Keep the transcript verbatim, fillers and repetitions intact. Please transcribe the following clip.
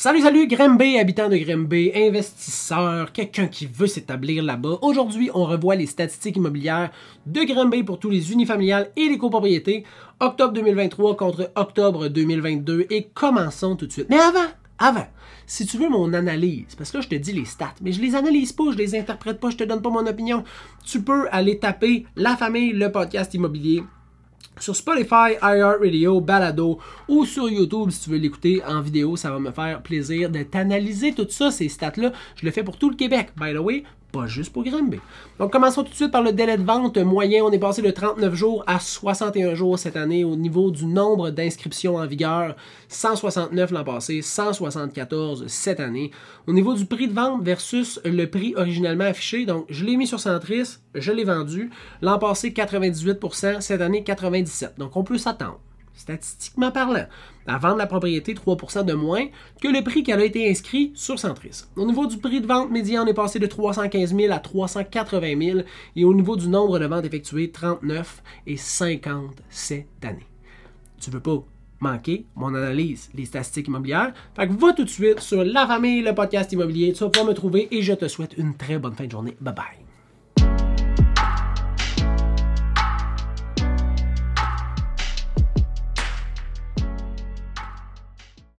Salut, salut, Grimby, habitant de Grimby, investisseur, quelqu'un qui veut s'établir là-bas. Aujourd'hui, on revoit les statistiques immobilières de Grimby pour tous les unifamiliales et les copropriétés. Octobre deux mille vingt-trois contre octobre deux mille vingt-deux et commençons tout de suite. Mais avant, avant, si tu veux mon analyse, parce que là je te dis les stats, mais je les analyse pas, je les interprète pas, je te donne pas mon opinion, tu peux aller taper La Famille, le podcast immobilier, sur Spotify, iHeartRadio, Balado ou sur YouTube si tu veux l'écouter en vidéo. Ça va me faire plaisir de t'analyser tout ça, ces stats-là. Je le fais pour tout le Québec, by the way, pas juste pour Grimby. Donc commençons tout de suite par le délai de vente moyen. On est passé de trente-neuf jours à soixante et un jours cette année au niveau du nombre d'inscriptions en vigueur. cent soixante-neuf l'an passé, cent soixante-quatorze cette année. Au niveau du prix de vente versus le prix originellement affiché, donc je l'ai mis sur Centris, je l'ai vendu. L'an passé, quatre-vingt-dix-huit pour cent, cette année, quatre-vingt-dix-sept pour cent. Donc on peut s'attendre, statistiquement parlant, à vendre la propriété trois pour cent de moins que le prix qu'elle a été inscrit sur Centris. Au niveau du prix de vente médian, on est passé de trois cent quinze mille à trois cent quatre-vingt mille et au niveau du nombre de ventes effectuées, trente-neuf et cinquante cette année. Tu veux pas manquer mon analyse, les statistiques immobilières? Fait que va tout de suite sur La Famille, le podcast immobilier. Tu vas pouvoir me trouver et je te souhaite une très bonne fin de journée. Bye bye!